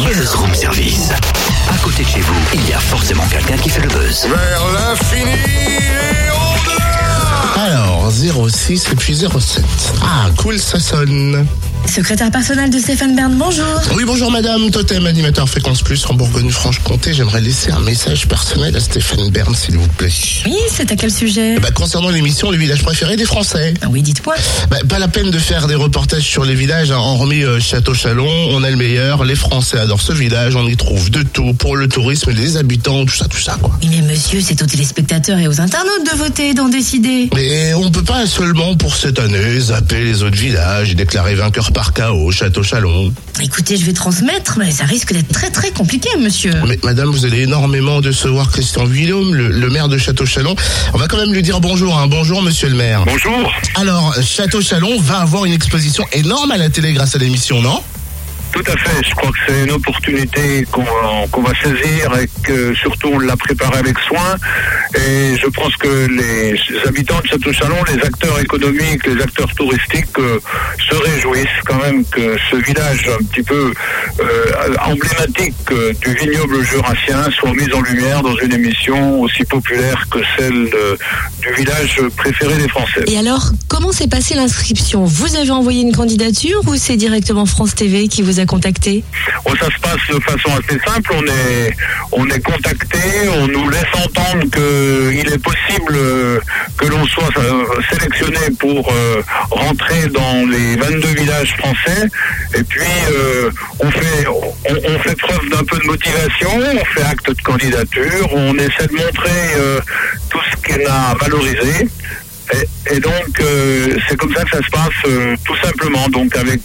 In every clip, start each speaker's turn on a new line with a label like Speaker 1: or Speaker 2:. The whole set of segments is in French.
Speaker 1: Buzz Room Service. À côté de chez vous, il y a forcément quelqu'un qui fait le buzz.
Speaker 2: Vers l'infini et au-delà.
Speaker 3: Alors, 06 et puis 07. Ah, cool, ça sonne.
Speaker 4: Secrétaire personnel de Stéphane Bern, bonjour.
Speaker 3: Oui, bonjour madame, Totem, animateur Fréquence Plus en Bourgogne-Franche-Comté. J'aimerais laisser un message personnel à Stéphane Bern, s'il vous plaît.
Speaker 4: Oui, c'est à quel sujet?
Speaker 3: Concernant l'émission Le village préféré des Français.
Speaker 4: Oui, dites-moi.
Speaker 3: Pas la peine de faire des reportages sur les villages, hein. Hormis Château-Chalon, on a le meilleur. Les Français adorent ce village, on y trouve de tout pour le tourisme, les habitants, tout ça quoi.
Speaker 4: Oui, mais monsieur, c'est aux téléspectateurs et aux internautes de voter, d'en décider.
Speaker 3: Mais on peut pas seulement pour cette année zapper les autres villages et déclarer vainqueur par KO Château-Chalon.
Speaker 4: Écoutez, je vais transmettre, mais ça risque d'être très très compliqué, monsieur.
Speaker 3: Mais madame, vous allez énormément décevoir Christian Villaume, le maire de Château-Chalon. On va quand même lui dire bonjour, hein. Bonjour monsieur le maire.
Speaker 2: Bonjour.
Speaker 3: Alors, Château-Chalon va avoir une exposition énorme à la télé grâce à l'émission, non ?
Speaker 2: Tout à fait, je crois que c'est une opportunité qu'on va saisir et que surtout on l'a préparée avec soin. Et je pense que les habitants de Château-Chalon, les acteurs économiques, les acteurs touristiques se réjouissent quand même que ce village un petit peu emblématique du vignoble jurassien soit mis en lumière dans une émission aussi populaire que celle du village préféré des Français.
Speaker 4: Et alors, comment s'est passée l'inscription? Vous avez envoyé une candidature ou c'est directement France TV qui vous a contacté?
Speaker 2: Ça se passe de façon assez simple. On est contacté, on nous laisse entendre qu'il est possible que l'on soit sélectionné pour rentrer dans les 22 villages français. Et puis on fait preuve d'un peu de motivation, on fait acte de candidature, on essaie de montrer tout ce qu'on a valorisé. Et donc c'est comme ça que ça se passe tout simplement, donc avec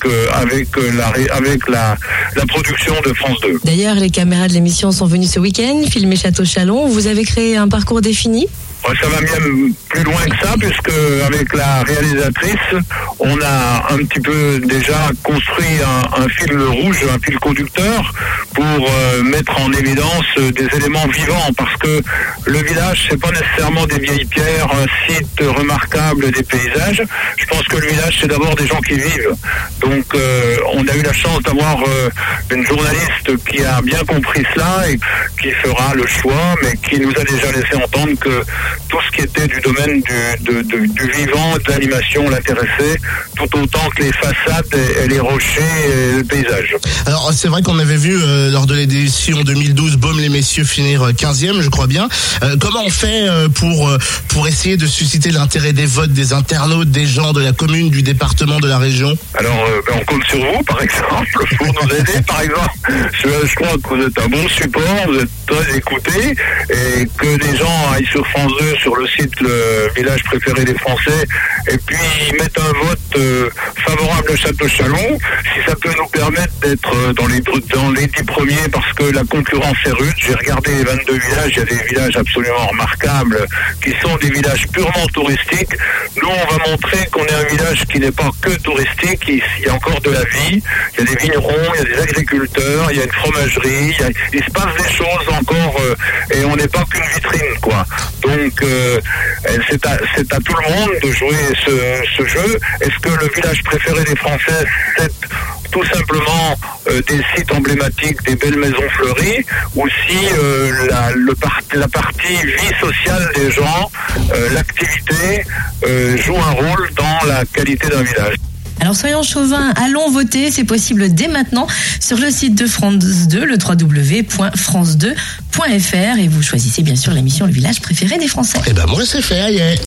Speaker 2: la production de France 2.
Speaker 4: D'ailleurs, les caméras de l'émission sont venues ce week-end filmer Château-Chalon. Vous avez créé un parcours défini?
Speaker 2: Ça va même plus loin que ça, puisque avec la réalisatrice, on a un petit peu déjà construit un fil rouge, un fil conducteur, pour mettre en évidence des éléments vivants, parce que le village, c'est pas nécessairement des vieilles pierres, un site remarquable, des paysages. Je pense que le village, c'est d'abord des gens qui vivent. Donc, on a eu la chance d'avoir une journaliste qui a bien compris cela et qui fera le choix, mais qui nous a déjà laissé entendre que tout ce qui était du domaine du vivant, de l'animation l'intéressait, tout autant que les façades et les rochers et le paysage.
Speaker 3: Alors c'est vrai qu'on avait vu lors de l'édition 2012 Baume-les-Messieurs finir 15e, je crois bien. Comment on fait pour essayer de susciter l'intérêt des votes des internautes, des gens de la commune, du département, de la région? Alors
Speaker 2: on compte sur vous, par exemple, pour nous aider. Par exemple, je crois que vous êtes un bon support, vous êtes très écoutés, et que les gens aillent sur France 2, sur le site Le village préféré des Français, et puis mettre un vote favorable à Château-Chalon, si ça peut nous permettre d'être dans les 10 premiers, parce que la concurrence est rude. J'ai regardé les 22 villages, il y a des villages absolument remarquables, qui sont des villages purement touristiques. Nous, on va montrer qu'on est un village qui n'est pas que touristique, il y a encore de la vie, il y a des vignerons, il y a des agriculteurs, il y a une fromagerie, il se passe des choses encore, et on n'est pas qu'une vitrine, quoi. Donc, c'est à tout le monde de jouer ce jeu. Est-ce que le village préféré des Français, c'est tout simplement des sites emblématiques, des belles maisons fleuries, ou si la partie vie sociale des gens, l'activité, joue un rôle dans la qualité d'un village?
Speaker 4: Alors soyons chauvins, allons voter, c'est possible dès maintenant sur le site de France 2, le www.france2.fr, et vous choisissez bien sûr l'émission Le village préféré des Français.
Speaker 3: Moi c'est fait, yeah.